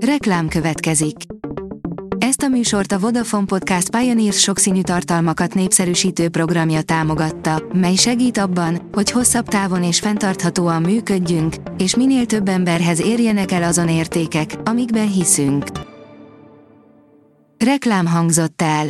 Reklám következik. Ezt a műsort a Vodafone Podcast Pioneers sokszínű tartalmakat népszerűsítő programja támogatta, mely segít abban, hogy hosszabb távon és fenntarthatóan működjünk, és minél több emberhez érjenek el azon értékek, amikben hiszünk. Reklám hangzott el.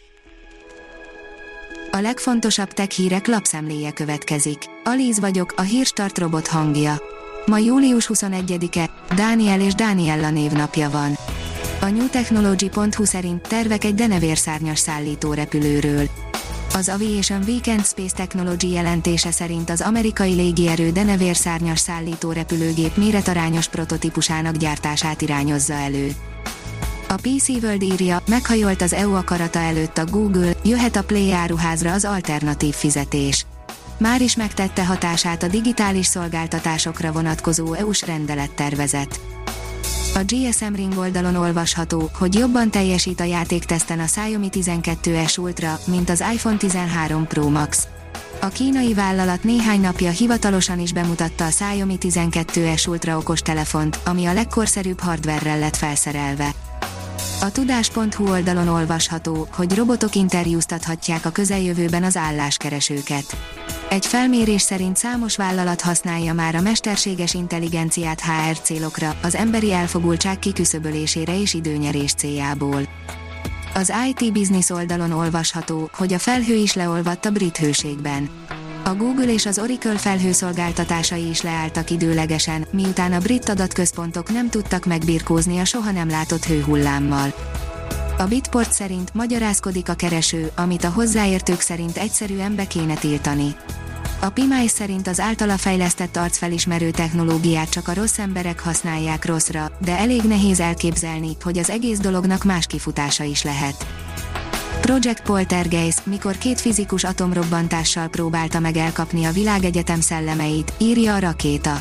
A legfontosabb tech hírek lapszemléje következik. Alíz vagyok, a Hírstart robot hangja. Ma július 21-e, Dániel és Dániella névnapja van. A newtechnology.hu szerint tervek egy denevérszárnyas szállítórepülőről. Az Aviation Weekend Space Technology jelentése szerint az amerikai légierő denevérszárnyas szállítórepülőgép méretarányos prototípusának gyártását irányozza elő. A PC World írja, meghajolt az EU akarata előtt a Google, jöhet a Play áruházra az alternatív fizetés. Már is megtette hatását a digitális szolgáltatásokra vonatkozó EU-s rendelettervezet. A GSM Ring oldalon olvasható, hogy jobban teljesít a játékteszten a Xiaomi 12S Ultra, mint az iPhone 13 Pro Max. A kínai vállalat néhány napja hivatalosan is bemutatta a Xiaomi 12S Ultra okostelefont, ami a legkorszerűbb hardverrel lett felszerelve. A tudás.hu oldalon olvasható, hogy robotok interjúztathatják a közeljövőben az álláskeresőket. Egy felmérés szerint számos vállalat használja már a mesterséges intelligenciát HR célokra, az emberi elfogultság kiküszöbölésére és időnyerés céljából. Az IT Business oldalon olvasható, hogy a felhő is leolvadt a brit hőségben. A Google és az Oracle felhőszolgáltatásai is leálltak időlegesen, miután a brit adatközpontok nem tudtak megbirkózni a soha nem látott hőhullámmal. A Bitport szerint magyarázkodik a kereső, amit a hozzáértők szerint egyszerűen be kéne tiltani. A PMI szerint az általa fejlesztett arcfelismerő technológiát csak a rossz emberek használják rosszra, de elég nehéz elképzelni, hogy az egész dolognak más kifutása is lehet. Project Poltergeist, mikor két fizikus atomrobbantással próbálta meg elkapni a világegyetem szellemeit, írja a Rakéta.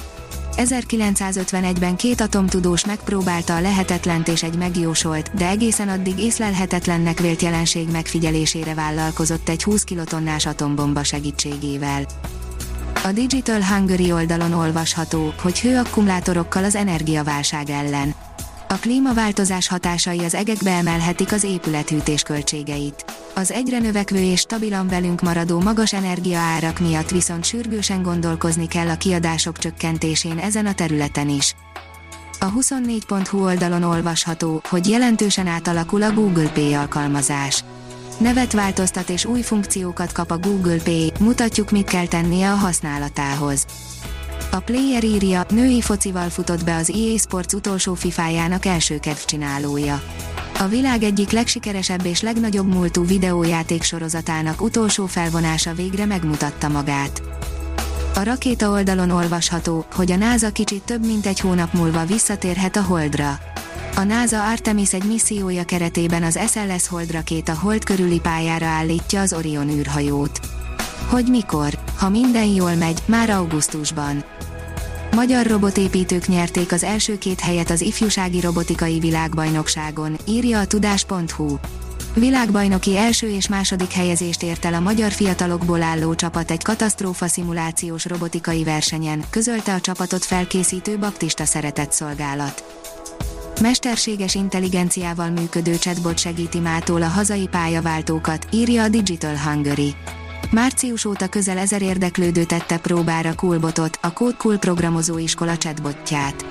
1951-ben két atomtudós megpróbálta a lehetetlent és egy megjósolt, de egészen addig észlelhetetlennek vélt jelenség megfigyelésére vállalkozott egy 20 kilotonnás atombomba segítségével. A Digital Hungary oldalon olvasható, hogy hőakkumulátorokkal az energiaválság ellen. A klímaváltozás hatásai az egekbe emelhetik az épülethűtés költségeit. Az egyre növekvő és stabilan velünk maradó magas energiaárak miatt viszont sürgősen gondolkozni kell a kiadások csökkentésén ezen a területen is. A 24.hu oldalon olvasható, hogy jelentősen átalakul a Google Pay alkalmazás. Nevet változtat és új funkciókat kap a Google Pay, mutatjuk, mit kell tennie a használatához. A Player írja, női focival futott be az EA Sports utolsó FIFA-jának első kedvcsinálója. A világ egyik legsikeresebb és legnagyobb múltú videójáték sorozatának utolsó felvonása végre megmutatta magát. A Rakéta oldalon olvasható, hogy a NASA kicsit több mint egy hónap múlva visszatérhet a Holdra. A NASA Artemis egy missziója keretében az SLS Hold rakéta Hold körüli pályára állítja az Orion űrhajót. Hogy mikor? Ha minden jól megy, már augusztusban. Magyar robotépítők nyerték az első két helyet az ifjúsági robotikai világbajnokságon, írja a tudás.hu. Világbajnoki első és második helyezést ért el a magyar fiatalokból álló csapat egy katasztrófa szimulációs robotikai versenyen, közölte a csapatot felkészítő baptista szeretetszolgálat. Mesterséges intelligenciával működő chatbot segíti mától a hazai pályaváltókat, írja a Digital Hungary. Március óta közel 1000 érdeklődő tette próbára Coolbotot, a CodeCool programozóiskola chatbotját.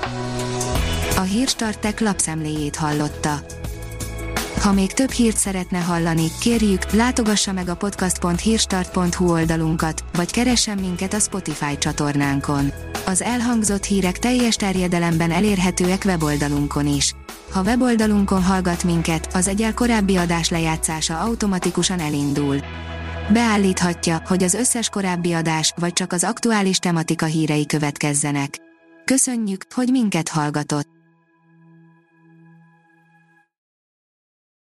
A Hírstart Tech lapszemléjét hallotta. Ha még több hírt szeretne hallani, kérjük, látogassa meg a podcast.hírstart.hu oldalunkat, vagy keressen minket a Spotify csatornánkon. Az elhangzott hírek teljes terjedelemben elérhetőek weboldalunkon is. Ha weboldalunkon hallgat minket, az egyel korábbi adás lejátszása automatikusan elindul. Beállíthatja, hogy az összes korábbi adás, vagy csak az aktuális tematika hírei következzenek. Köszönjük, hogy minket hallgatott!